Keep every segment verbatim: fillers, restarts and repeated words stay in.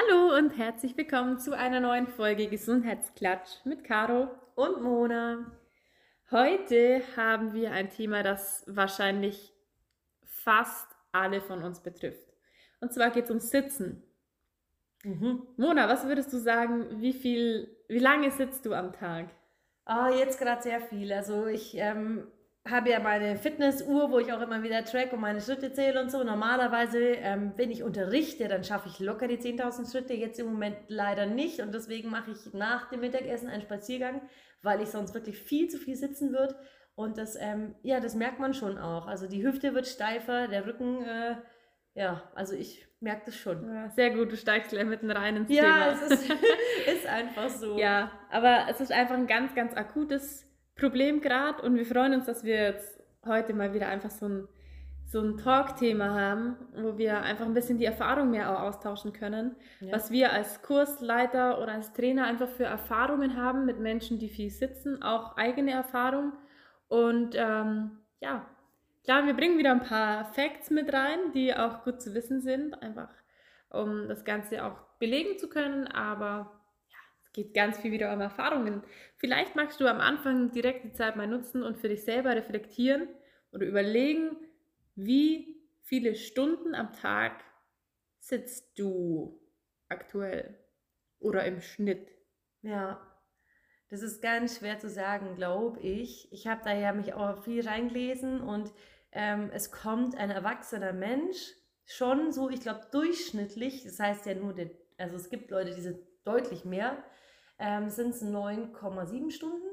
Hallo und herzlich willkommen zu einer neuen Folge Gesundheitsklatsch mit Caro Und Mona. Heute haben wir ein Thema, das wahrscheinlich fast alle von uns betrifft. Und zwar geht es ums Sitzen. Mhm. Mona, was würdest du sagen, wie viel, wie lange sitzt du am Tag? Ah, jetzt gerade sehr viel. Also ich ähm, habe ja meine Fitnessuhr, wo ich auch immer wieder track und meine Schritte zähle und so. Normalerweise, ähm, wenn ich unterrichte, dann schaffe ich locker die zehntausend Schritte. Jetzt im Moment leider nicht und deswegen mache ich nach dem Mittagessen einen Spaziergang, weil ich sonst wirklich viel zu viel sitzen würde. Und das, ähm, ja, das merkt man schon auch. Also die Hüfte wird steifer, der Rücken, äh, ja, also ich merke das schon. Ja, sehr gut, du steigst gleich mitten rein ins Ja, Thema. es ist, ist einfach so. Ja, aber es ist einfach ein ganz, ganz akutes Problem gerade und wir freuen uns, dass wir jetzt heute mal wieder einfach so ein, so ein Talk-Thema haben, wo wir einfach ein bisschen die Erfahrung mehr auch austauschen können, Ja. was wir als Kursleiter oder als Trainer einfach für Erfahrungen haben mit Menschen, die viel sitzen, auch eigene Erfahrung. Und ähm, ja, klar, wir bringen wieder ein paar Facts mit rein, die auch gut zu wissen sind, einfach um das Ganze auch belegen zu können, aber es geht ganz viel wieder um Erfahrungen. Vielleicht magst du am Anfang direkt die Zeit mal nutzen und für dich selber reflektieren oder überlegen, wie viele Stunden am Tag sitzt du aktuell oder im Schnitt? Ja, das ist ganz schwer zu sagen, glaube ich. Ich habe daher mich auch viel reingelesen und ähm, es kommt ein erwachsener Mensch schon so, ich glaube, durchschnittlich, das heißt ja nur, der, also es gibt Leute, die sind deutlich mehr, ähm, sind es neun Komma sieben Stunden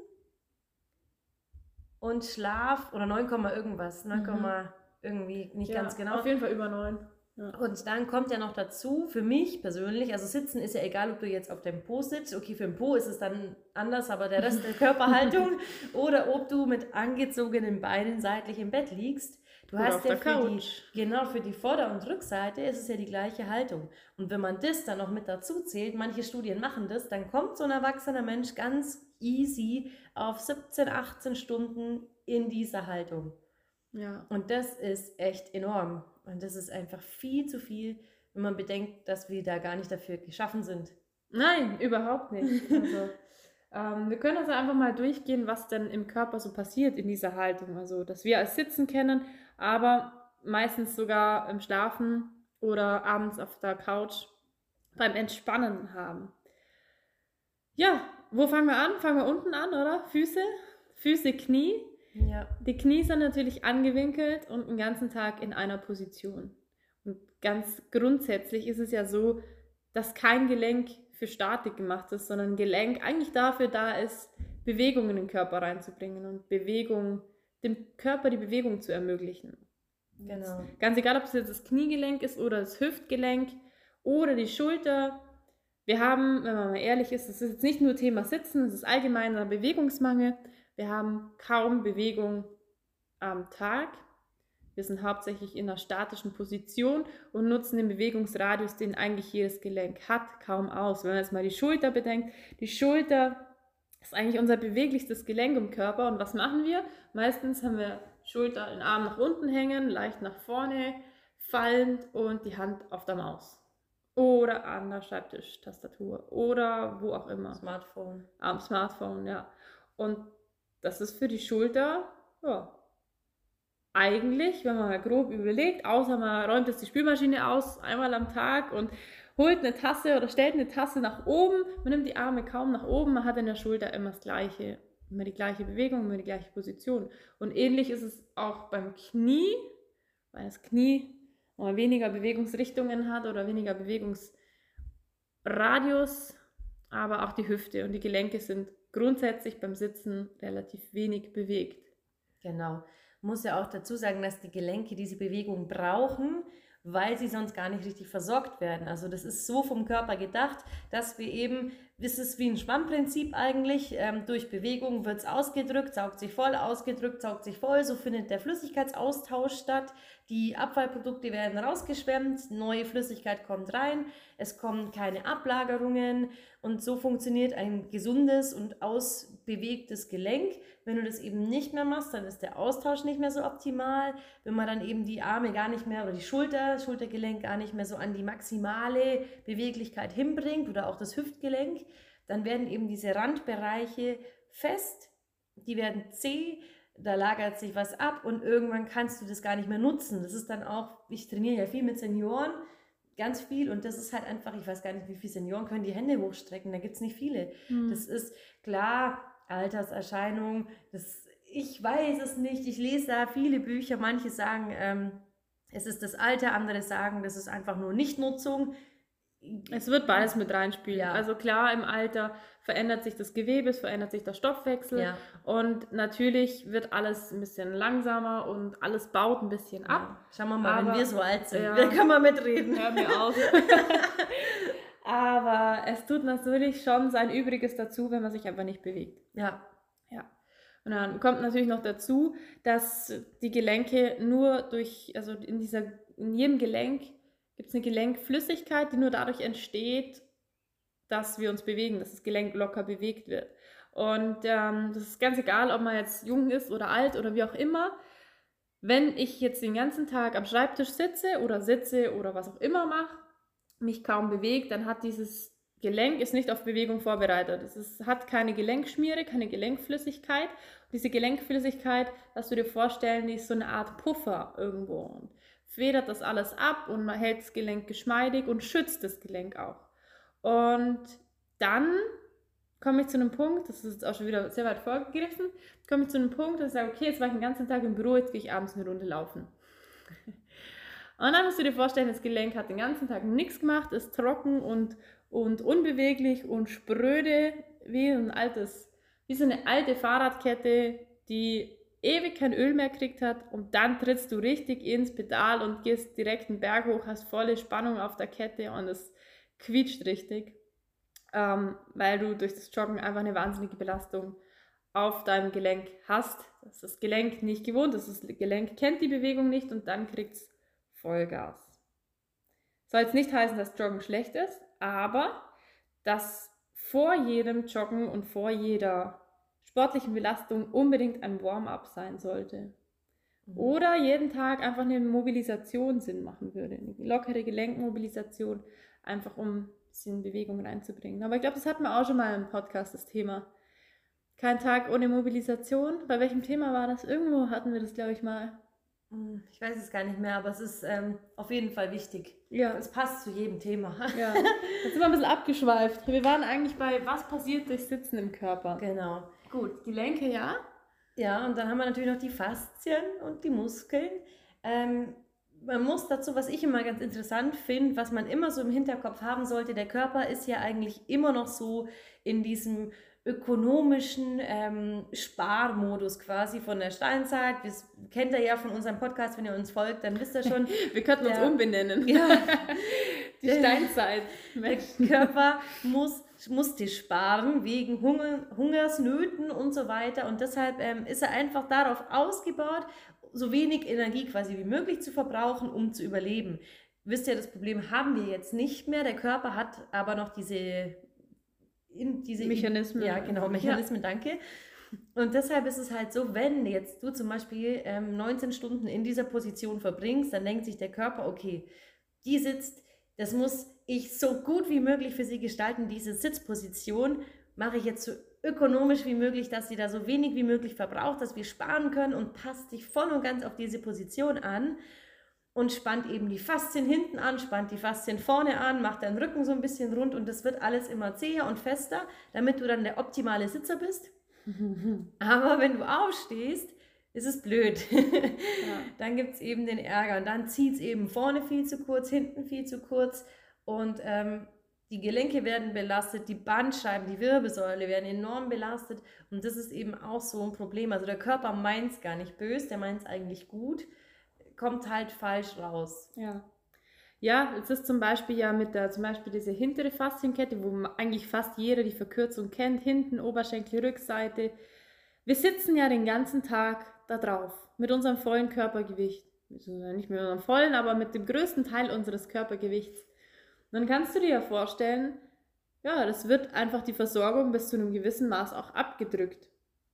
und Schlaf oder neun, irgendwas, neun, Mhm. irgendwie, nicht Ja, ganz genau. auf jeden Fall über neun. Ja. Und dann kommt ja noch dazu, für mich persönlich, also sitzen ist ja egal, ob du jetzt auf deinem Po sitzt, okay, für den Po ist es dann anders, aber der Rest der Körperhaltung, oder ob du mit angezogenen Beinen seitlich im Bett liegst. Du Oder hast auf ja der für die, Couch. genau, für die Vorder- und Rückseite ist es ja die gleiche Haltung. Und wenn man das dann noch mit dazu zählt, manche Studien machen das, dann kommt so ein erwachsener Mensch ganz easy auf siebzehn, achtzehn Stunden in dieser Haltung. Ja. Und das ist echt enorm. Und das ist einfach viel zu viel, wenn man bedenkt, dass wir da gar nicht dafür geschaffen sind. Nein, überhaupt nicht. Also, ähm, wir können also einfach mal durchgehen, was denn im Körper so passiert in dieser Haltung. Also, dass wir als Sitzen kennen, aber meistens sogar im Schlafen oder abends auf der Couch beim Entspannen haben. Ja, wo fangen wir an? Fangen wir unten an, oder? Füße, Füße, Knie. Ja, Die Knie sind natürlich angewinkelt und den ganzen Tag in einer Position. Und ganz grundsätzlich ist es ja so, dass kein Gelenk für Statik gemacht ist, sondern ein Gelenk eigentlich dafür da ist, Bewegung in den Körper reinzubringen und Bewegung, dem Körper die Bewegung zu ermöglichen. genau. Ganz egal, ob es jetzt das Kniegelenk ist oder das Hüftgelenk oder die Schulter. Wir haben, wenn man mal ehrlich ist, das ist jetzt nicht nur Thema Sitzen, es ist allgemeiner Bewegungsmangel. Wir haben kaum Bewegung am Tag. Wir sind hauptsächlich in einer statischen Position und nutzen den Bewegungsradius, den eigentlich jedes Gelenk hat, kaum aus. Wenn man jetzt mal die Schulter bedenkt, die Schulter ist eigentlich unser beweglichstes Gelenk im Körper. Und was machen wir? Meistens haben wir Schulter, den Arm nach unten hängen, leicht nach vorne fallend und die Hand auf der Maus. Oder an der Schreibtischtastatur oder wo auch immer. Smartphone. Am Smartphone, ja. Und das ist für die Schulter, ja, eigentlich, wenn man mal grob überlegt, außer man räumt jetzt die Spülmaschine aus, einmal am Tag und holt eine Tasse oder stellt eine Tasse nach oben, man nimmt die Arme kaum nach oben, man hat in der Schulter immer das Gleiche, immer die gleiche Bewegung, immer die gleiche Position. Und ähnlich ist es auch beim Knie, weil das Knie mal weniger Bewegungsrichtungen hat oder weniger Bewegungsradius, aber auch die Hüfte und die Gelenke sind grundsätzlich beim Sitzen relativ wenig bewegt. Genau. Muss ja auch dazu sagen, dass die Gelenke diese Bewegung brauchen, weil sie sonst gar nicht richtig versorgt werden. Also das ist so vom Körper gedacht, dass wir eben ist es wie ein Schwammprinzip eigentlich. Ähm, durch Bewegung wird es ausgedrückt, saugt sich voll, ausgedrückt, saugt sich voll. So findet der Flüssigkeitsaustausch statt. Die Abfallprodukte werden rausgeschwemmt, neue Flüssigkeit kommt rein, es kommen keine Ablagerungen und so funktioniert ein gesundes und ausbewegtes Gelenk. Wenn du das eben nicht mehr machst, dann ist der Austausch nicht mehr so optimal. Wenn man dann eben die Arme gar nicht mehr oder die Schulter, Schultergelenk gar nicht mehr so an die maximale Beweglichkeit hinbringt oder auch das Hüftgelenk, dann werden eben diese Randbereiche fest, die werden zäh, da lagert sich was ab und irgendwann kannst du das gar nicht mehr nutzen. Das ist dann auch, ich trainiere ja viel mit Senioren, ganz viel und das ist halt einfach, ich weiß gar nicht, wie viele Senioren können die Hände hochstrecken, da gibt es nicht viele. Hm. Das ist klar, Alterserscheinung, das, ich weiß es nicht, ich lese da viele Bücher, manche sagen, ähm, es ist das Alter, andere sagen, das ist einfach nur Nichtnutzung. Es wird beides mit reinspielen. Ja. Also klar, im Alter verändert sich das Gewebe, es verändert sich der Stoffwechsel ja. und natürlich wird alles ein bisschen langsamer und alles baut ein bisschen ab. Ja. Schauen wir mal, aber, wenn wir so alt sind, ja, dann können wir mitreden. Hör mir auf. Aber es tut natürlich schon sein Übriges dazu, wenn man sich einfach nicht bewegt. Ja. Ja. Und dann kommt natürlich noch dazu, dass die Gelenke nur durch, also in dieser, in jedem Gelenk gibt es eine Gelenkflüssigkeit, die nur dadurch entsteht, dass wir uns bewegen, dass das Gelenk locker bewegt wird. Und ähm, das ist ganz egal, ob man jetzt jung ist oder alt oder wie auch immer. Wenn ich jetzt den ganzen Tag am Schreibtisch sitze oder sitze oder was auch immer mache, mich kaum bewegt, dann hat dieses Gelenk ist nicht auf Bewegung vorbereitet. Es ist, hat keine Gelenkschmiere, keine Gelenkflüssigkeit. Und diese Gelenkflüssigkeit, was du dir vorstellen, die ist so eine Art Puffer irgendwo und federt das alles ab und man hält das Gelenk geschmeidig und schützt das Gelenk auch. Und dann komme ich zu einem Punkt, das ist jetzt auch schon wieder sehr weit vorgegriffen, komme ich zu einem Punkt, dass ich sage, okay, jetzt war ich den ganzen Tag im Büro, jetzt gehe ich abends eine Runde laufen. Und dann musst du dir vorstellen, das Gelenk hat den ganzen Tag nichts gemacht, ist trocken und, und unbeweglich und spröde, wie ein altes, wie so eine alte Fahrradkette, die ewig kein Öl mehr gekriegt hat und dann trittst du richtig ins Pedal und gehst direkt einen Berg hoch, hast volle Spannung auf der Kette und es quietscht richtig, ähm, weil du durch das Joggen einfach eine wahnsinnige Belastung auf deinem Gelenk hast. Das ist das Gelenk nicht gewohnt, das, ist, das Gelenk kennt die Bewegung nicht und dann kriegt es Vollgas. Soll jetzt nicht heißen, dass Joggen schlecht ist, aber dass vor jedem Joggen und vor jeder sportlichen Belastung unbedingt ein Warm-up sein sollte. Mhm. Oder jeden Tag einfach eine Mobilisation Sinn machen würde. Eine lockere Gelenkmobilisation, einfach um ein bisschen Bewegung reinzubringen. Aber ich glaube, das hatten wir auch schon mal im Podcast, das Thema. Kein Tag ohne Mobilisation. Bei welchem Thema war das? Irgendwo hatten wir das, glaube ich, mal. Ich weiß es gar nicht mehr, aber es ist ähm, auf jeden Fall wichtig. Ja. Es passt zu jedem Thema. Ja. Jetzt sind wir ein bisschen abgeschweift. Wir waren eigentlich bei, was passiert durch Sitzen im Körper. Genau. Gut, Gelenke, ja. Ja, und dann haben wir natürlich noch die Faszien und die Muskeln. Ähm, man muss dazu, was ich immer ganz interessant finde, was man immer so im Hinterkopf haben sollte, der Körper ist ja eigentlich immer noch so in diesem ökonomischen ähm, Sparmodus quasi von der Steinzeit. Das kennt ihr ja von unserem Podcast, wenn ihr uns folgt, dann wisst ihr schon. Wir könnten uns der, umbenennen. Ja, die Steinzeit. Der Körper muss, musste sparen wegen Hunger, Hungersnöten und so weiter und deshalb ähm, ist er einfach darauf ausgebaut, so wenig Energie quasi wie möglich zu verbrauchen, um zu überleben. Wisst ihr, das Problem haben wir jetzt nicht mehr. Der Körper hat aber noch diese In diese Mechanismen. Ja, genau, Mechanismen, ja. Danke. Und deshalb ist es halt so, wenn jetzt du zum Beispiel ähm, neunzehn Stunden in dieser Position verbringst, dann denkt sich der Körper, okay, die sitzt, das muss ich so gut wie möglich für sie gestalten, diese Sitzposition mache ich jetzt so ökonomisch wie möglich, dass sie da so wenig wie möglich verbraucht, dass wir sparen können und passt sich voll und ganz auf diese Position an. Und spannt eben die Faszien hinten an, spannt die Faszien vorne an, macht deinen Rücken so ein bisschen rund und das wird alles immer zäher und fester, damit du dann der optimale Sitzer bist. Aber wenn du aufstehst, ist es blöd. Ja. Dann gibt es eben den Ärger und dann zieht es eben vorne viel zu kurz, hinten viel zu kurz und ähm, die Gelenke werden belastet, die Bandscheiben, die Wirbelsäule werden enorm belastet und das ist eben auch so ein Problem. Also der Körper meint es gar nicht böse, der meint es eigentlich gut. Kommt halt falsch raus. Ja. Ja, es ist zum Beispiel ja mit der, zum Beispiel diese hintere Faszienkette, wo man eigentlich fast jeder die Verkürzung kennt, hinten, Oberschenkel, Rückseite. Wir sitzen ja den ganzen Tag da drauf, mit unserem vollen Körpergewicht. Also nicht mit unserem vollen, aber mit dem größten Teil unseres Körpergewichts. Und dann kannst du dir ja vorstellen, ja, das wird einfach die Versorgung bis zu einem gewissen Maß auch abgedrückt.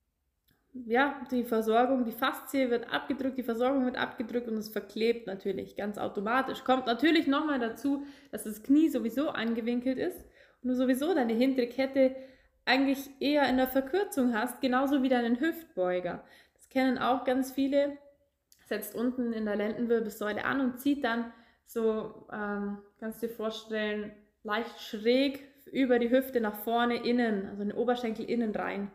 Ja, die Versorgung, die Faszie wird abgedrückt, die Versorgung wird abgedrückt und es verklebt natürlich ganz automatisch. Kommt natürlich nochmal dazu, dass das Knie sowieso angewinkelt ist und du sowieso deine hintere Kette eigentlich eher in der Verkürzung hast, genauso wie deinen Hüftbeuger. Das kennen auch ganz viele, setzt unten in der Lendenwirbelsäule an und zieht dann so, ähm, kannst du dir vorstellen, leicht schräg über die Hüfte nach vorne innen, also in den Oberschenkel innen rein.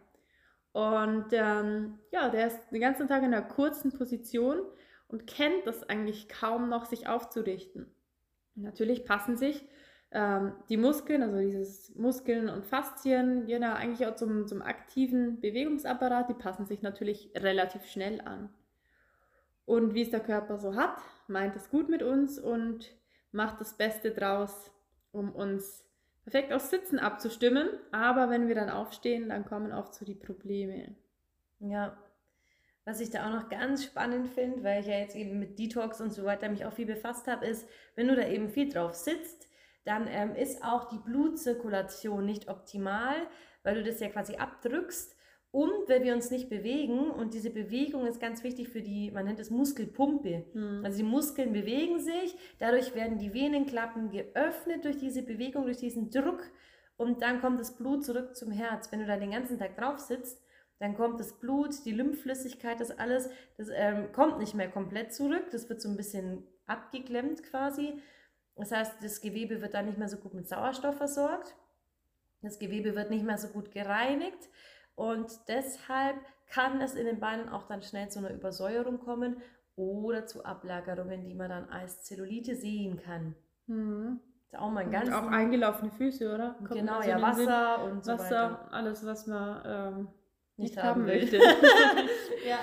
Und ähm, ja, der ist den ganzen Tag in einer kurzen Position und kennt das eigentlich kaum noch, sich aufzurichten. Natürlich passen sich ähm, die Muskeln, also dieses Muskeln und Faszien, genau, eigentlich auch zum, zum aktiven Bewegungsapparat, die passen sich natürlich relativ schnell an. Und wie es der Körper so hat, meint es gut mit uns und macht das Beste draus, um uns perfekt aufs Sitzen abzustimmen, aber wenn wir dann aufstehen, dann kommen oft so die Probleme. Ja, was ich da auch noch ganz spannend finde, weil ich ja jetzt eben mit Detox und so weiter mich auch viel befasst habe, ist, wenn du da eben viel drauf sitzt, dann ähm, ist auch die Blutzirkulation nicht optimal, weil du das ja quasi abdrückst. Und wenn wir uns nicht bewegen, und diese Bewegung ist ganz wichtig für die, man nennt es Muskelpumpe. Mhm. Also die Muskeln bewegen sich, dadurch werden die Venenklappen geöffnet durch diese Bewegung, durch diesen Druck und dann kommt das Blut zurück zum Herz. Wenn du da den ganzen Tag drauf sitzt, dann kommt das Blut, die Lymphflüssigkeit, das alles, das ähm, kommt nicht mehr komplett zurück, das wird so ein bisschen abgeklemmt quasi. Das heißt, das Gewebe wird dann nicht mehr so gut mit Sauerstoff versorgt, das Gewebe wird nicht mehr so gut gereinigt. Und deshalb kann es in den Beinen auch dann schnell zu einer Übersäuerung kommen oder zu Ablagerungen, die man dann als Zellulite sehen kann. Mhm. Ist auch mal ganz. Und auch eingelaufene Füße, oder? Kommt genau, ja, Wasser Sinn. und so Wasser, weiter. alles, was man ähm, nicht, nicht haben, haben möchte. ja.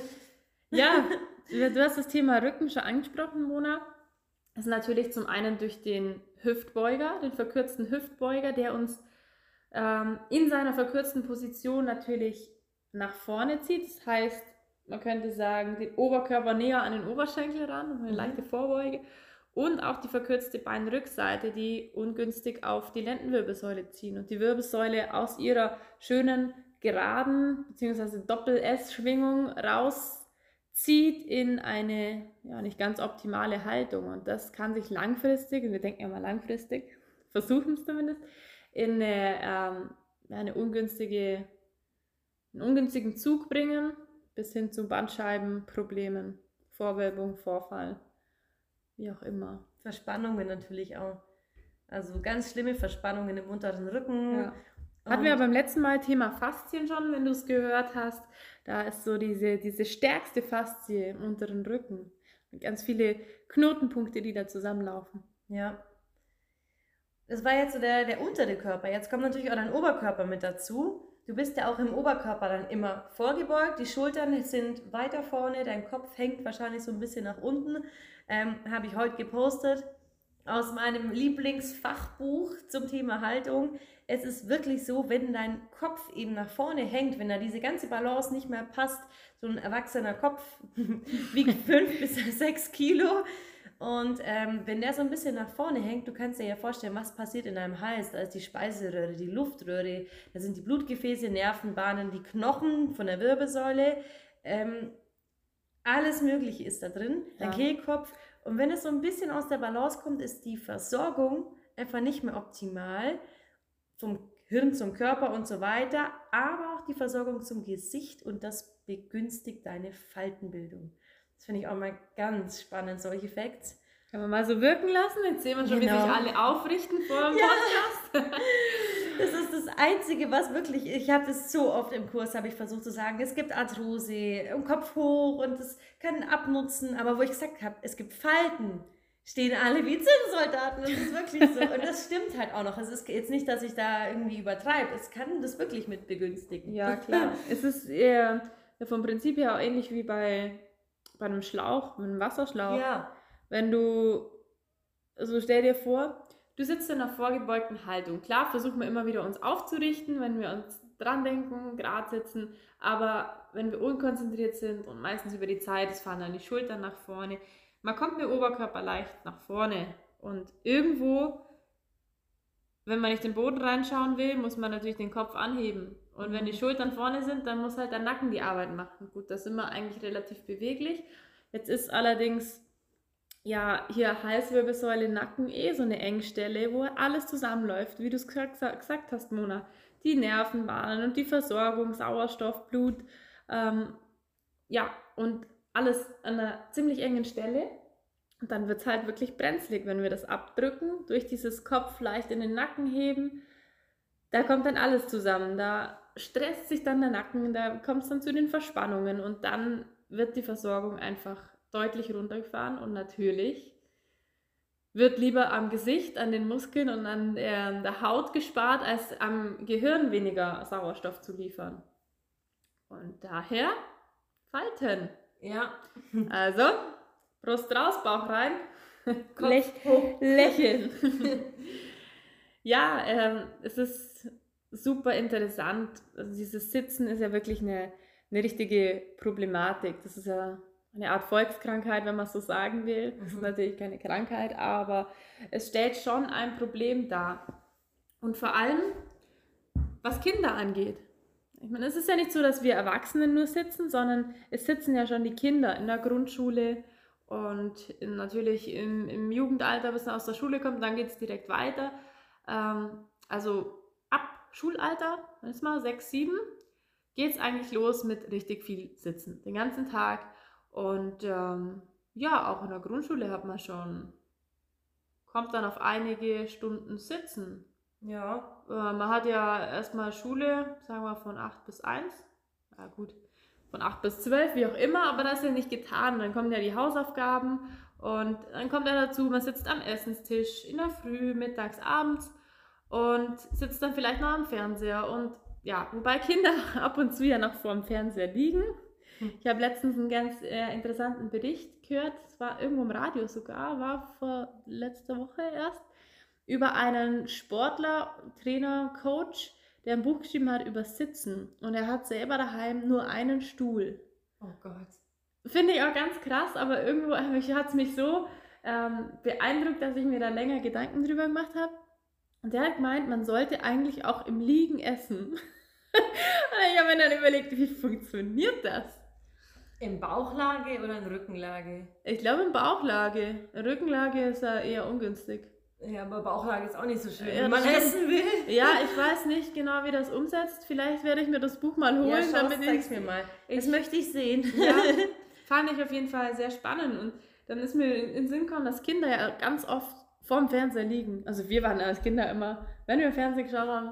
Ja, du hast das Thema Rücken schon angesprochen, Mona. Das ist natürlich zum einen durch den Hüftbeuger, den verkürzten Hüftbeuger, der uns in seiner verkürzten Position natürlich nach vorne zieht. Das heißt, man könnte sagen, den Oberkörper näher an den Oberschenkel ran, eine mhm. leichte Vorbeuge. Und auch die verkürzte Beinrückseite, die ungünstig auf die Lendenwirbelsäule ziehen und die Wirbelsäule aus ihrer schönen, geraden bzw. Doppel-S-Schwingung rauszieht in eine ja, nicht ganz optimale Haltung. Und das kann sich langfristig, und wir denken ja mal langfristig, versuchen es zumindest, in eine, ähm, eine ungünstige, einen ungünstigen Zug bringen, bis hin zu Bandscheibenproblemen, Vorwölbung, Vorfall, wie auch immer. Verspannungen natürlich auch. Also ganz schlimme Verspannungen im unteren Rücken. Ja. Hatten wir ja beim letzten Mal Thema Faszien schon, wenn du es gehört hast. Da ist so diese, diese stärkste Faszie im unteren Rücken. Und ganz viele Knotenpunkte, die da zusammenlaufen. Ja. Das war jetzt so der, der untere Körper. Jetzt kommt natürlich auch dein Oberkörper mit dazu. Du bist ja auch im Oberkörper dann immer vorgebeugt. Die Schultern sind weiter vorne. Dein Kopf hängt wahrscheinlich so ein bisschen nach unten. Ähm, habe ich heute gepostet aus meinem Lieblingsfachbuch zum Thema Haltung. Es ist wirklich so, wenn dein Kopf eben nach vorne hängt, wenn da diese ganze Balance nicht mehr passt, so ein erwachsener Kopf wiegt fünf bis sechs Kilo. Und ähm, wenn der so ein bisschen nach vorne hängt, du kannst dir ja vorstellen, was passiert in deinem Hals. Da ist die Speiseröhre, die Luftröhre, da sind die Blutgefäße, Nervenbahnen, die Knochen von der Wirbelsäule. Ähm, alles Mögliche ist da drin, dein ja. Kehlkopf. Und wenn es so ein bisschen aus der Balance kommt, ist die Versorgung einfach nicht mehr optimal. Vom Hirn zum Körper und so weiter, aber auch die Versorgung zum Gesicht und das begünstigt deine Faltenbildung. Das finde ich auch mal ganz spannend, solche Facts. Kann man mal so wirken lassen? Jetzt sehen wir schon, genau. wie sich alle aufrichten vor dem ja. Podcast. Das ist das Einzige, was wirklich, ich habe das so oft im Kurs, habe ich versucht zu sagen, es gibt Arthrose, im Kopf hoch und das kann abnutzen, aber wo ich gesagt habe, es gibt Falten, stehen alle wie Zinnsoldaten. Das ist wirklich so. Und das stimmt halt auch noch. Es ist jetzt nicht, dass ich da irgendwie übertreibe. Es kann das wirklich mit begünstigen. Ja, klar. Es ist eher vom Prinzip her auch ähnlich wie bei, bei einem Schlauch, mit einem Wasserschlauch. Ja. Wenn du also stell dir vor, du sitzt in einer vorgebeugten Haltung. Klar, versuchen wir immer wieder uns aufzurichten, wenn wir uns dran denken, gerade sitzen, aber wenn wir unkonzentriert sind und meistens über die Zeit, es fahren dann die Schultern nach vorne, man kommt mit dem Oberkörper leicht nach vorne und irgendwo, wenn man nicht den Boden reinschauen will, muss man natürlich den Kopf anheben. Und wenn die Schultern vorne sind, dann muss halt der Nacken die Arbeit machen. Gut, da sind wir eigentlich relativ beweglich. Jetzt ist allerdings ja hier Halswirbelsäule, Nacken eh so eine Engstelle, wo alles zusammenläuft, wie du es gesagt, gesagt hast, Mona. Die Nervenbahnen und die Versorgung, Sauerstoff, Blut, ähm, ja, und alles an einer ziemlich engen Stelle. Und dann wird es halt wirklich brenzlig, wenn wir das abdrücken, durch dieses Kopf leicht in den Nacken heben. Da kommt dann alles zusammen, da stresst sich dann der Nacken, da kommt es dann zu den Verspannungen und dann wird die Versorgung einfach deutlich runtergefahren und natürlich wird lieber am Gesicht, an den Muskeln und an der, der Haut gespart, als am Gehirn weniger Sauerstoff zu liefern. Und daher Falten. Ja. Also, Brust raus, Bauch rein, Kopf Lech hoch. lächeln. Ja, ähm, es ist super interessant. Also dieses Sitzen ist ja wirklich eine, eine richtige Problematik. Das ist ja eine Art Volkskrankheit, wenn man es so sagen will. Das ist natürlich keine Krankheit, aber es stellt schon ein Problem dar. Und vor allem, was Kinder angeht. Ich meine, es ist ja nicht so, dass wir Erwachsene nur sitzen, sondern es sitzen ja schon die Kinder in der Grundschule und in, natürlich im, im Jugendalter, bis man aus der Schule kommt, dann geht es direkt weiter. Ähm, also ab Schulalter, jetzt mal sechs, sieben, geht es eigentlich los mit richtig viel Sitzen, den ganzen Tag. Und ähm, ja, auch in der Grundschule hat man schon, kommt dann auf einige Stunden Sitzen. Ja. Äh, man hat ja erstmal Schule, sagen wir von acht bis eins, ja gut, von acht bis zwölf, wie auch immer, aber das ist ja nicht getan. Dann kommen ja die Hausaufgaben und dann kommt er dazu, man sitzt am Essenstisch in der Früh, mittags, abends und sitzt dann vielleicht noch am Fernseher. Und ja, wobei Kinder ab und zu ja noch vor dem Fernseher liegen. Ich habe letztens einen ganz äh, interessanten Bericht gehört, es war irgendwo im Radio sogar, war vor letzter Woche erst, über einen Sportler, Trainer, Coach, der ein Buch geschrieben hat über Sitzen. Und er hat selber daheim nur einen Stuhl. Oh Gott. Finde ich auch ganz krass, aber irgendwo hat es mich so ähm, beeindruckt, dass ich mir da länger Gedanken drüber gemacht habe. Und der hat gemeint, man sollte eigentlich auch im Liegen essen. Und ich habe mir dann überlegt, wie funktioniert das? In Bauchlage oder in Rückenlage? Ich glaube in Bauchlage. Rückenlage ist ja eher ungünstig. Ja, aber Bauchlage ist auch nicht so schön, Ja, wenn man stimmt. essen will. Ja, ich weiß nicht genau, wie das umsetzt. Vielleicht werde ich mir das Buch mal holen. Ja, schau, damit zeig's ich, mir mal. ich- Das möchte ich sehen. Ja, fand ich auf jeden Fall sehr spannend. Und dann ist mir in den Sinn gekommen, dass Kinder ja ganz oft vorm Fernseher liegen. Also wir waren als Kinder immer, wenn wir Fernsehen geschaut haben,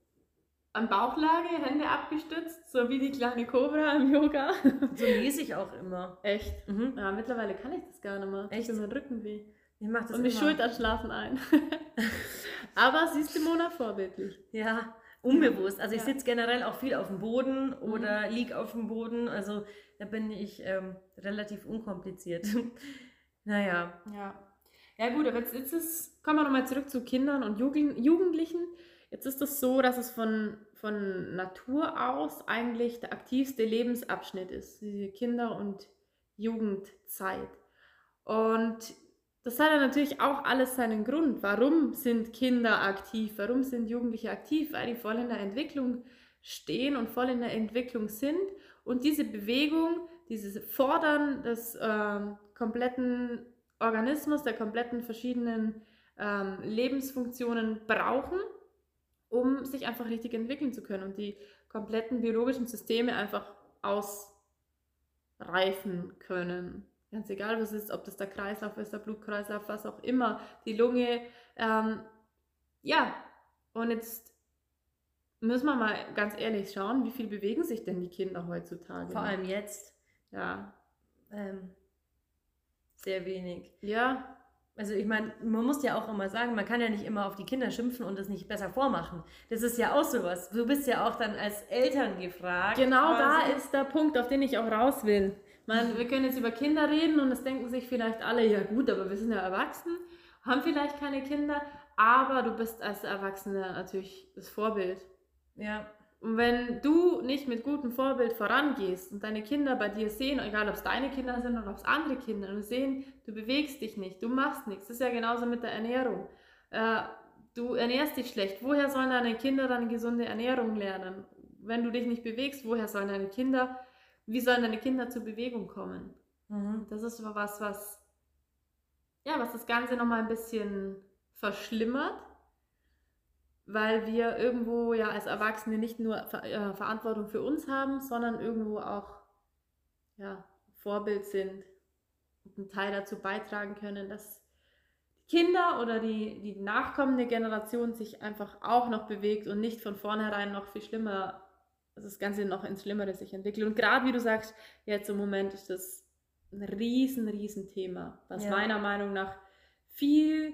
an Bauchlage, Hände abgestützt, so wie die kleine Cobra im Yoga. So lese ich auch immer. Echt? Mhm. Ja, mittlerweile kann ich das gar nicht mehr. Echt? Tut mir mein Rücken weh. Ich mach das Und die immer. Schultern schlafen ein. Aber siehst du, Mona, vorbildlich. Ja, unbewusst. Also ich Ja. sitze generell auch viel auf dem Boden oder lieg auf dem Boden. Also da bin ich ähm, relativ unkompliziert. Naja. Ja. Ja gut, aber jetzt, jetzt ist, kommen wir nochmal zurück zu Kindern und Jugend, Jugendlichen. Jetzt ist es so, dass es von, von Natur aus eigentlich der aktivste Lebensabschnitt ist, diese Kinder- und Jugendzeit. Und das hat ja natürlich auch alles seinen Grund. Warum sind Kinder aktiv? Warum sind Jugendliche aktiv? Weil die voll in der Entwicklung stehen und voll in der Entwicklung sind. Und diese Bewegung, dieses Fordern des ähm, kompletten Organismus, der kompletten verschiedenen ähm, Lebensfunktionen brauchen, um sich einfach richtig entwickeln zu können und die kompletten biologischen Systeme einfach ausreifen können. Ganz egal, was es ist, ob das der Kreislauf ist, der Blutkreislauf, was auch immer, die Lunge. Ähm, ja, und jetzt müssen wir mal ganz ehrlich schauen, wie viel bewegen sich denn die Kinder heutzutage? Vor allem jetzt Ja, ähm, sehr wenig. ja, Also ich meine, man muss ja auch immer sagen, man kann ja nicht immer auf die Kinder schimpfen und das nicht besser vormachen. Das ist ja auch sowas. Du bist ja auch dann als Eltern gefragt. genau da quasi. ist der Punkt, auf den ich auch raus will. Man, wir können jetzt über Kinder reden und das denken sich vielleicht alle, ja gut, aber wir sind ja erwachsen. haben vielleicht keine Kinder, aber du bist als Erwachsener natürlich das Vorbild. Ja. Und wenn du nicht mit gutem Vorbild vorangehst und deine Kinder bei dir sehen, egal ob es deine Kinder sind oder ob es andere Kinder, und sehen, du bewegst dich nicht, du machst nichts. Das ist ja genauso mit der Ernährung. Äh, du ernährst dich schlecht. Woher sollen deine Kinder dann gesunde Ernährung lernen? Wenn du dich nicht bewegst, woher sollen deine Kinder, wie sollen deine Kinder zur Bewegung kommen? Mhm. Das ist aber was, was, ja, was das Ganze nochmal ein bisschen verschlimmert, weil wir irgendwo ja als Erwachsene nicht nur Ver äh, Verantwortung für uns haben, sondern irgendwo auch ja, Vorbild sind und einen Teil dazu beitragen können, dass die Kinder oder die, die nachkommende Generation sich einfach auch noch bewegt und nicht von vornherein noch viel schlimmer, also das Ganze noch ins Schlimmere sich entwickelt. Und gerade wie du sagst, jetzt im Moment ist das ein riesen, riesen Thema, was Ja. meiner Meinung nach viel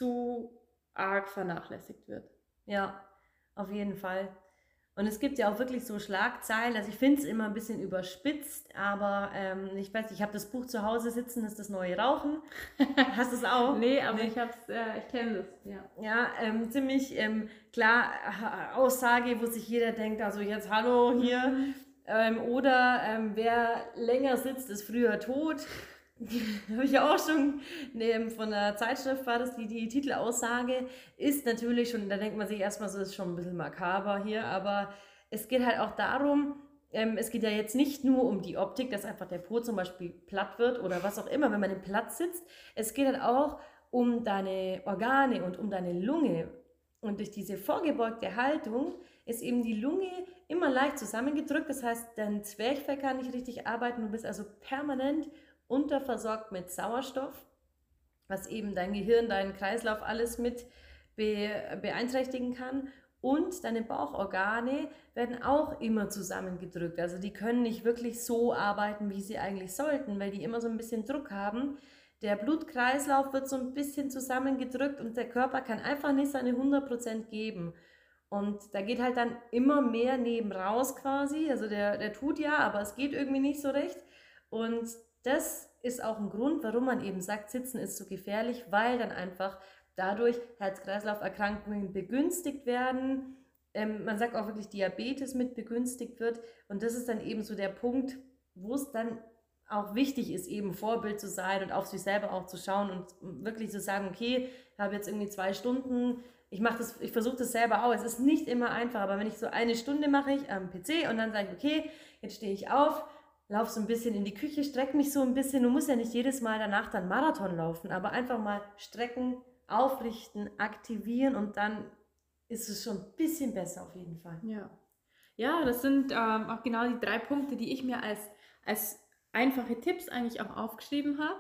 zu arg vernachlässigt wird. Ja, auf jeden Fall. Und es gibt ja auch wirklich so Schlagzeilen, also ich finde es immer ein bisschen überspitzt, aber ähm, ich weiß, ich habe das Buch zu Hause sitzen, ist das neue Rauchen. Hast du es auch? Nee, aber Nee. ich hab's, äh, ich kenne das, ja. Ja, ähm, ziemlich ähm, klar äh, Aussage, wo sich jeder denkt, also jetzt hallo hier. Ähm, oder ähm, wer länger sitzt, ist früher tot. Habe ich ja auch schon ne, von der Zeitschrift war das die, die Titelaussage, ist natürlich schon, da denkt man sich erstmal so, ist schon ein bisschen makaber hier, aber es geht halt auch darum, ähm, es geht ja jetzt nicht nur um die Optik, dass einfach der Po zum Beispiel platt wird oder was auch immer, wenn man im Platz sitzt. Es geht halt auch um deine Organe und um deine Lunge. Und durch diese vorgebeugte Haltung ist eben die Lunge immer leicht zusammengedrückt. Das heißt, dein Zwerchfell kann nicht richtig arbeiten. Du bist also permanent unterversorgt mit Sauerstoff, was eben dein Gehirn, deinen Kreislauf alles mit be beeinträchtigen kann. Und deine Bauchorgane werden auch immer zusammengedrückt. Also die können nicht wirklich so arbeiten, wie sie eigentlich sollten, weil die immer so ein bisschen Druck haben. Der Blutkreislauf wird so ein bisschen zusammengedrückt und der Körper kann einfach nicht seine hundert Prozent geben. Und da geht halt dann immer mehr neben raus quasi. Also der, der tut ja, aber es geht irgendwie nicht so recht. Und das ist auch ein Grund, warum man eben sagt, Sitzen ist so gefährlich, weil dann einfach dadurch Herz-Kreislauf-Erkrankungen begünstigt werden. Ähm, man sagt auch wirklich, Diabetes mit begünstigt wird. Und das ist dann eben so der Punkt, wo es dann auch wichtig ist, eben Vorbild zu sein und auf sich selber auch zu schauen und wirklich zu sagen, okay, ich habe jetzt irgendwie zwei Stunden, ich mache das, ich versuche das selber auch. Es ist nicht immer einfach, aber wenn ich so eine Stunde mache ich am P C und dann sage ich, okay, jetzt stehe ich auf, laufe so ein bisschen in die Küche, strecke mich so ein bisschen. Du musst ja nicht jedes Mal danach dann Marathon laufen, aber einfach mal strecken, aufrichten, aktivieren und dann ist es schon ein bisschen besser auf jeden Fall. Ja, ja, das sind ähm, auch genau die drei Punkte, die ich mir als, als einfache Tipps eigentlich auch aufgeschrieben habe.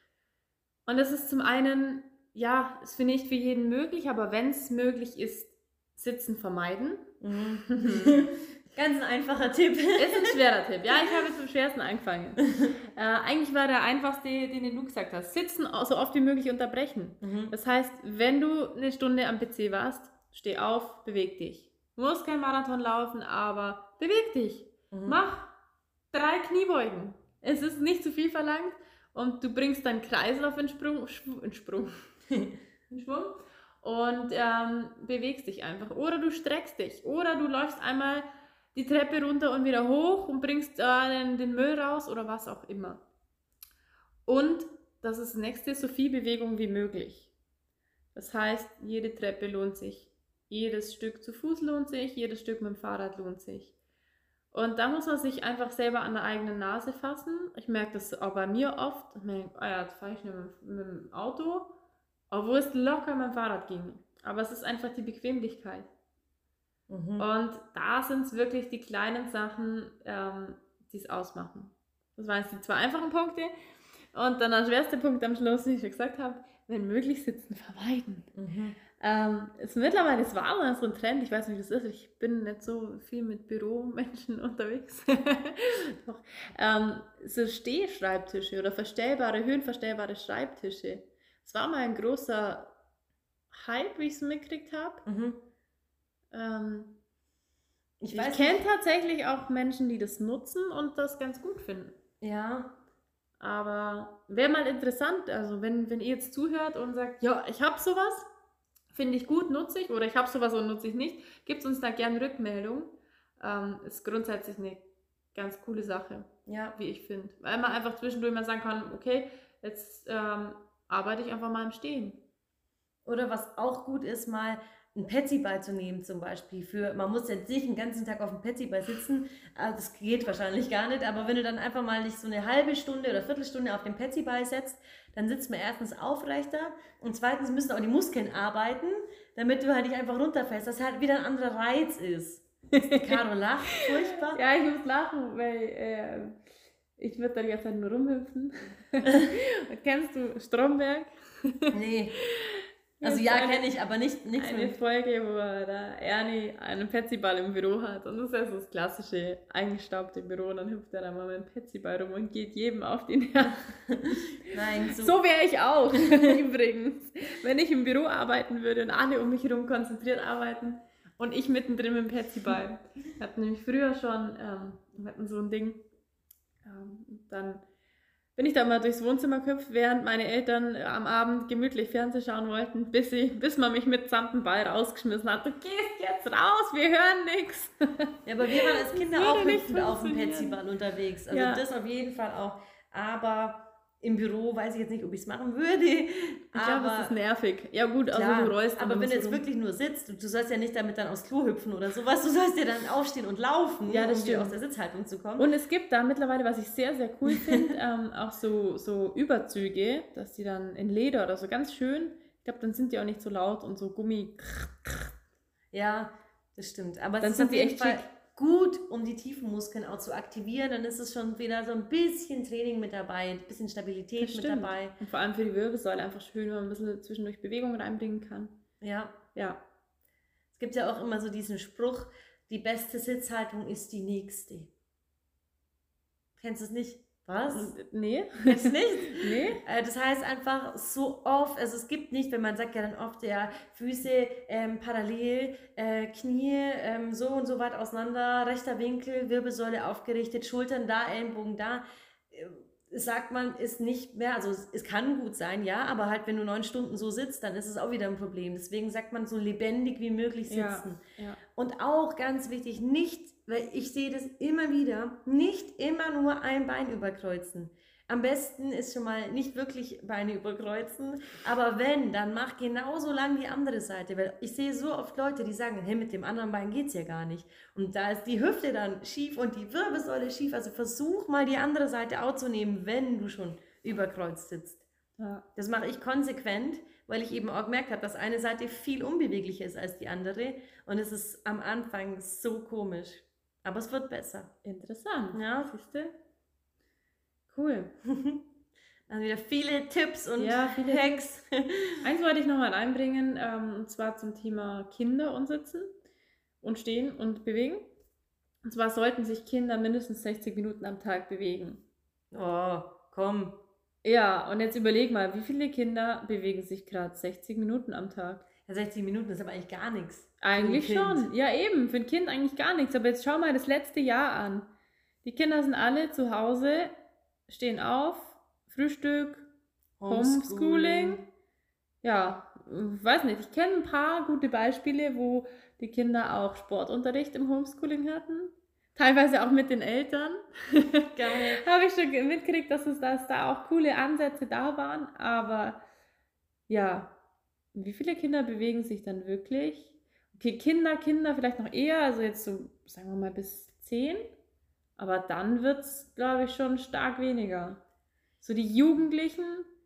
Und das ist zum einen, ja, ist für nicht für jeden möglich, aber wenn es möglich ist, Sitzen vermeiden. Mhm. Ganz ein einfacher Tipp. Ist ein schwerer Tipp. Ja, ich habe jetzt mit dem schwersten angefangen. äh, eigentlich war der einfachste, den du gesagt hast. Sitzen so oft wie möglich unterbrechen. Mhm. Das heißt, wenn du eine Stunde am P C warst, steh auf, beweg dich. Du musst kein Marathon laufen, aber beweg dich. Mhm. Mach drei Kniebeugen. Es ist nicht zu viel verlangt und du bringst deinen Kreislauf in Sprung, in Sprung, in Schwung und ähm, bewegst dich einfach. Oder du streckst dich. Oder du läufst einmal die Treppe runter und wieder hoch und bringst äh, den, den Müll raus oder was auch immer. Und das ist das nächste, so viel Bewegung wie möglich. Das heißt, jede Treppe lohnt sich. Jedes Stück zu Fuß lohnt sich, jedes Stück mit dem Fahrrad lohnt sich. Und da muss man sich einfach selber an der eigenen Nase fassen. Ich merke das auch bei mir oft. Ich merke, ah ja, jetzt fahre ich nicht mit, mit dem Auto, obwohl es locker mit dem Fahrrad ging. Aber es ist einfach die Bequemlichkeit. Mhm. Und da sind es wirklich die kleinen Sachen, ähm, die es ausmachen. Das waren jetzt die zwei einfachen Punkte. Und dann der schwerste Punkt am Schluss, wie ich schon gesagt habe, wenn möglich Sitzen vermeiden. Mhm. Ähm, ist mittlerweile, es war so ein Trend, ich weiß nicht, wie das ist, ich bin nicht so viel mit Büromenschen unterwegs. Doch. Ähm, so Stehschreibtische oder verstellbare, höhenverstellbare Schreibtische. Es war mal ein großer Hype, wie ich es mitgekriegt habe. Mhm. Ähm, Ich, ich weiß kenne nicht. tatsächlich auch Menschen, die das nutzen und das ganz gut finden. Ja, Aber wäre mal interessant, also wenn, wenn ihr jetzt zuhört und sagt, ja, ich habe sowas, finde ich gut, nutze ich, oder ich habe sowas und nutze ich nicht, gebt uns da gerne Rückmeldung. Ähm, ist grundsätzlich eine ganz coole Sache, Ja. wie ich finde. Weil man einfach zwischendurch mal sagen kann, okay, jetzt ähm, arbeite ich einfach mal im Stehen. Oder was auch gut ist, mal einen Petsy-Ball zu nehmen zum Beispiel. Für, man muss jetzt nicht den ganzen Tag auf dem Petsy-Ball sitzen, also das geht wahrscheinlich gar nicht, aber wenn du dann einfach mal nicht so eine halbe Stunde oder Viertelstunde auf den Petsy-Ball setzt, dann sitzt man erstens aufrechter und zweitens müssen auch die Muskeln arbeiten, damit du halt nicht einfach runterfällst, dass halt wieder ein anderer Reiz ist. Die Caro lacht, furchtbar. Ja, ich muss lachen, weil äh, ich würde da die ganze Zeit nur rumhüpfen. Kennst du Stromberg? Nee. Also ja, kenne ich, aber nicht nichts Eine mit. Folge, wo der Ernie einen Petsyball im Büro hat. Und das ist ja so das klassische eingestaubte Büro. Und dann hüpft er dann mal mit dem Petsyball rum und geht jedem auf die Nerven. Nein, so. So wäre ich auch, übrigens. Wenn ich im Büro arbeiten würde und alle um mich herum konzentriert arbeiten und ich mittendrin mit dem Petsyball. Wir hatten nämlich früher schon, ähm, wir hatten so ein Ding, ähm, dann bin ich da mal durchs Wohnzimmer gehüpft, während meine Eltern am Abend gemütlich Fernsehen schauen wollten, bis, ich, bis man mich mit samt dem Ball rausgeschmissen hat. Du gehst jetzt raus, wir hören nichts. Ja, aber wir waren als Kinder Das auch würde nicht hüpfend auf dem funktionieren. Petsyball unterwegs. Also Ja. das auf jeden Fall auch. Aber im Büro weiß ich jetzt nicht, ob ich es machen würde. Ich glaube, aber das ist nervig. Ja gut, also klar, du rollst aber dann wenn du so jetzt rum. wirklich nur sitzt, du, du sollst ja nicht damit dann aufs Klo hüpfen oder sowas, du sollst ja dann aufstehen und laufen, Ja, das um wieder stimmt. aus der Sitzhaltung zu kommen. Und es gibt da mittlerweile, was ich sehr, sehr cool finde, ähm, auch so, so Überzüge, dass die dann in Leder oder so ganz schön, ich glaube, dann sind die auch nicht so laut und so Gummi. Ja, das stimmt. Aber Dann es ist sind auf die jeden echt Fall schick. gut, um die tiefen Muskeln auch zu aktivieren. Dann ist es schon wieder so ein bisschen Training mit dabei, ein bisschen Stabilität Das mit stimmt. dabei. Und vor allem für die Wirbelsäule einfach schön, wenn man ein bisschen zwischendurch Bewegung reinbringen kann. Ja. Ja. Es gibt ja auch immer so diesen Spruch, die beste Sitzhaltung ist die nächste. Kennst du es nicht? Was? Und, nee. Kennst du nicht? Nee. Äh, Das heißt einfach so oft, also es gibt nicht, wenn man sagt ja dann oft, ja, Füße ähm, parallel, äh, Knie ähm, so und so weit auseinander, rechter Winkel, Wirbelsäule aufgerichtet, Schultern da, Ellenbogen da. Äh, sagt man, ist nicht mehr, also es, es kann gut sein, ja, aber halt wenn du neun Stunden so sitzt, dann ist es auch wieder ein Problem. Deswegen sagt man so lebendig wie möglich sitzen. Ja, ja. Und auch ganz wichtig, nicht, weil ich sehe das immer wieder, nicht immer nur ein Bein überkreuzen. Am besten ist schon mal nicht wirklich Beine überkreuzen, aber wenn, dann mach genauso lang die andere Seite, weil ich sehe so oft Leute, die sagen, hey, mit dem anderen Bein geht's ja gar nicht. Und da ist die Hüfte dann schief und die Wirbelsäule schief, also versuch mal die andere Seite auch zu nehmen, wenn du schon überkreuzt sitzt. Ja. Das mache ich konsequent, weil ich eben auch gemerkt habe, dass eine Seite viel unbeweglicher ist als die andere und es ist am Anfang so komisch, aber es wird besser. Interessant. Ja. Siehst du? Cool. Also wieder viele Tipps und Ja, viele Hacks. Eins wollte ich nochmal reinbringen, ähm, und zwar zum Thema Kinder und Sitzen und Stehen und Bewegen. Und zwar sollten sich Kinder mindestens sechzig Minuten am Tag bewegen. Oh, komm. Ja, und jetzt überleg mal, wie viele Kinder bewegen sich gerade sechzig Minuten am Tag? Ja, sechzig Minuten ist aber eigentlich gar nichts. Eigentlich Für ein Kind. schon. Ja, eben. Für ein Kind eigentlich gar nichts. Aber jetzt schau mal das letzte Jahr an. Die Kinder sind alle zu Hause, stehen auf, Frühstück, Homeschooling. Ja, ich weiß nicht. Ich kenne ein paar gute Beispiele, wo die Kinder auch Sportunterricht im Homeschooling hatten. Teilweise auch mit den Eltern. Geil. Habe ich schon mitgekriegt, dass es dass da auch coole Ansätze da waren. Aber ja, wie viele Kinder bewegen sich dann wirklich? Okay, Kinder, Kinder vielleicht noch eher, also jetzt so, sagen wir mal, bis zehn. Aber dann wird es, glaube ich, schon stark weniger. So die Jugendlichen,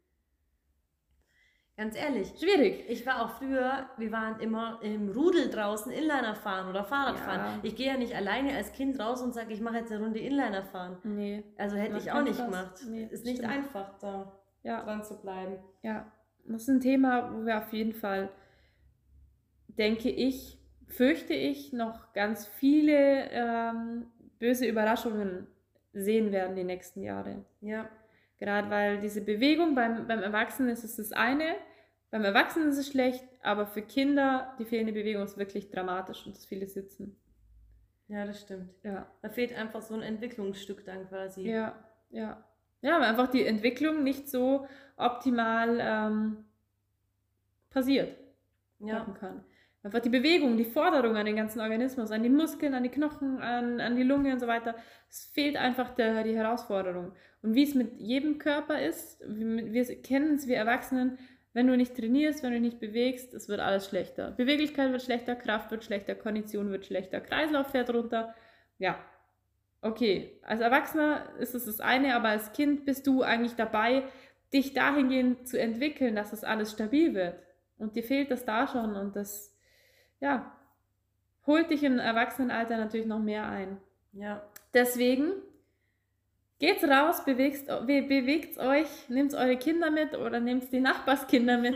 Ganz ehrlich, schwierig. ich war auch früher, wir waren immer im Rudel draußen Inliner fahren oder Fahrrad Ja. fahren. Ich gehe ja nicht alleine als Kind raus und sage, ich mache jetzt eine Runde Inliner fahren. Nee, Also hätte Man ich auch kann nicht das- gemacht. nee, Ist nicht stimmt. einfach, da ja, dran zu bleiben. ja. Das ist ein Thema, wo wir auf jeden Fall, denke ich, fürchte ich, noch ganz viele ähm, böse Überraschungen sehen werden die nächsten Jahre. Ja. Gerade weil diese Bewegung beim, beim Erwachsenen ist es das eine, beim Erwachsenen ist es schlecht, aber für Kinder, die fehlende Bewegung ist wirklich dramatisch und das viele sitzen. Ja, das stimmt. Ja, Da fehlt einfach so ein Entwicklungsstück dann quasi. ja, ja. Ja, weil einfach die Entwicklung nicht so optimal ähm, passiert, Ja. klappen kann. Einfach die Bewegung, die Forderung an den ganzen Organismus, an die Muskeln, an die Knochen, an, an die Lunge und so weiter. Es fehlt einfach der, die Herausforderung. Und wie es mit jedem Körper ist, wir, wir kennen es, wir Erwachsenen, wenn du nicht trainierst, wenn du dich nicht bewegst, es wird alles schlechter. Beweglichkeit wird schlechter, Kraft wird schlechter, Kondition wird schlechter, Kreislauf fährt runter. Ja, okay. Als Erwachsener ist es das eine, aber als Kind bist du eigentlich dabei, dich dahingehend zu entwickeln, dass es alles stabil wird. Und dir fehlt das da schon und das, ja, holt dich im Erwachsenenalter natürlich noch mehr ein. Ja. Deswegen geht's raus, bewegt, bewegt euch, nehmt eure Kinder mit oder nehmt die Nachbarskinder mit.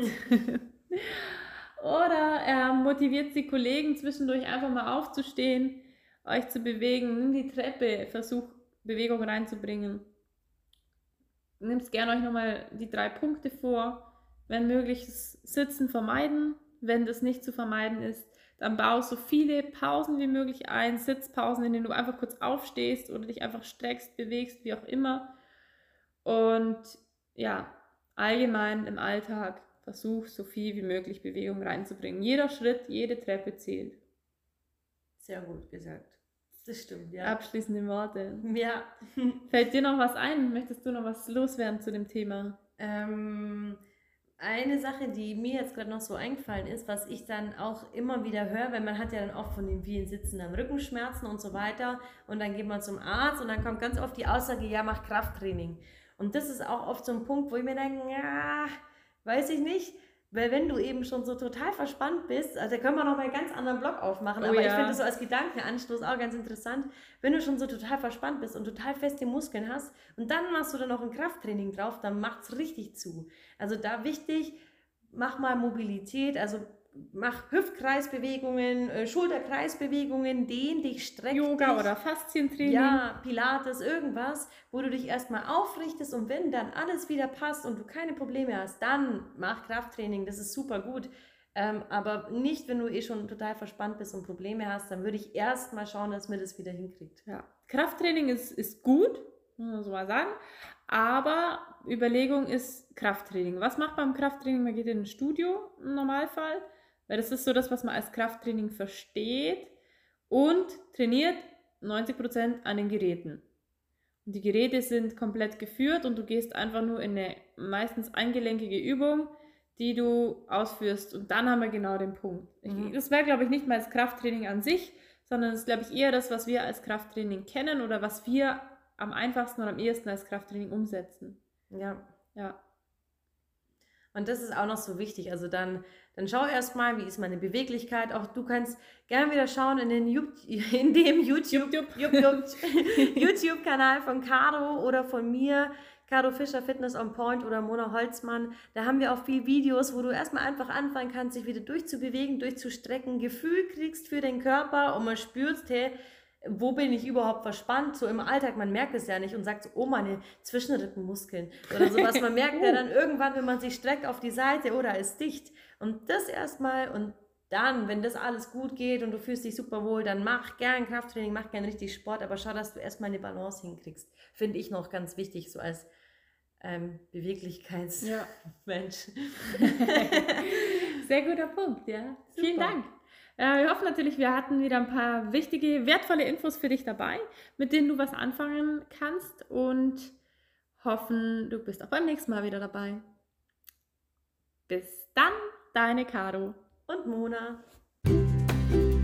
Oder äh, motiviert die Kollegen zwischendurch einfach mal aufzustehen, euch zu bewegen, nimm die Treppe, versucht Bewegung reinzubringen. Nehmt gerne euch nochmal die drei Punkte vor. Wenn möglich, das Sitzen vermeiden. Wenn das nicht zu vermeiden ist, dann bau so viele Pausen wie möglich ein, Sitzpausen, in denen du einfach kurz aufstehst oder dich einfach streckst, bewegst, wie auch immer. Und ja, allgemein im Alltag versuch so viel wie möglich Bewegung reinzubringen. Jeder Schritt, jede Treppe zählt. Sehr gut gesagt. Das stimmt, ja. Abschließende Worte. Ja. Fällt dir noch was ein? Möchtest du noch was loswerden zu dem Thema? Ähm, eine Sache, die mir jetzt gerade noch so eingefallen ist, was ich dann auch immer wieder höre, weil man hat ja dann auch von den vielen Sitzen dann Rückenschmerzen und so weiter und dann geht man zum Arzt und dann kommt ganz oft die Aussage, ja, mach Krafttraining. Und das ist auch oft so ein Punkt, wo ich mir denke, ja, weiß ich nicht, weil wenn du eben schon so total verspannt bist, also da können wir noch mal einen ganz anderen Blog aufmachen, Oh aber ja. ich finde das so als Gedankenanstoß auch ganz interessant, wenn du schon so total verspannt bist und total feste Muskeln hast und dann machst du dann noch ein Krafttraining drauf, dann macht's richtig zu. Also da wichtig, mach mal Mobilität, also mach Hüftkreisbewegungen, äh, Schulterkreisbewegungen, dehn dich, streck Yoga dich. oder Faszientraining. Ja, Pilates, irgendwas, wo du dich erstmal aufrichtest und wenn dann alles wieder passt und du keine Probleme hast, dann mach Krafttraining, das ist super gut. Ähm, aber nicht, wenn du eh schon total verspannt bist und Probleme hast, dann würde ich erstmal schauen, dass man das wieder hinkriegt. Ja, Krafttraining ist, ist gut, muss man so mal sagen, aber Überlegung ist Krafttraining. Was macht man beim Krafttraining? Man geht in ein Studio im Normalfall, weil das ist so das, was man als Krafttraining versteht und trainiert neunzig Prozent an den Geräten. Und die Geräte sind komplett geführt und du gehst einfach nur in eine meistens eingelenkige Übung, die du ausführst. Und dann haben wir genau den Punkt. Mhm. Ich, das wäre, glaube ich, nicht mal das Krafttraining an sich, sondern das ist, glaube ich, eher das, was wir als Krafttraining kennen oder was wir am einfachsten oder am ehesten als Krafttraining umsetzen. Ja. Ja. Und das ist auch noch so wichtig. Also dann, dann schau erstmal, wie ist meine Beweglichkeit. Auch du kannst gerne wieder schauen in, den Ju- in dem YouTube, Jupp, jupp. Jupp, jupp, YouTube-Kanal von Caro oder von mir, Caro Fischer Fitness on Point oder Mona Holzmann. Da haben wir auch viele Videos, wo du erstmal einfach anfangen kannst, dich wieder durchzubewegen, durchzustrecken, Gefühl kriegst für den Körper und man spürst, hey, wo bin ich überhaupt verspannt? So im Alltag, man merkt es ja nicht und sagt so, oh, meine Zwischenrippenmuskeln oder sowas. Man merkt ja dann irgendwann, wenn man sich streckt auf die Seite, oder ist dicht. Und das erstmal und dann, wenn das alles gut geht und du fühlst dich super wohl, dann mach gern Krafttraining, mach gern richtig Sport, aber schau, dass du erstmal eine Balance hinkriegst. Finde ich noch ganz wichtig, so als ähm, Beweglichkeitsmensch. Ja. Sehr guter Punkt, ja. Super. Vielen Dank. Äh, wir hoffen natürlich, wir hatten wieder ein paar wichtige, wertvolle Infos für dich dabei, mit denen du was anfangen kannst und hoffen, du bist auch beim nächsten Mal wieder dabei. Bis dann, deine Caro Und Mona.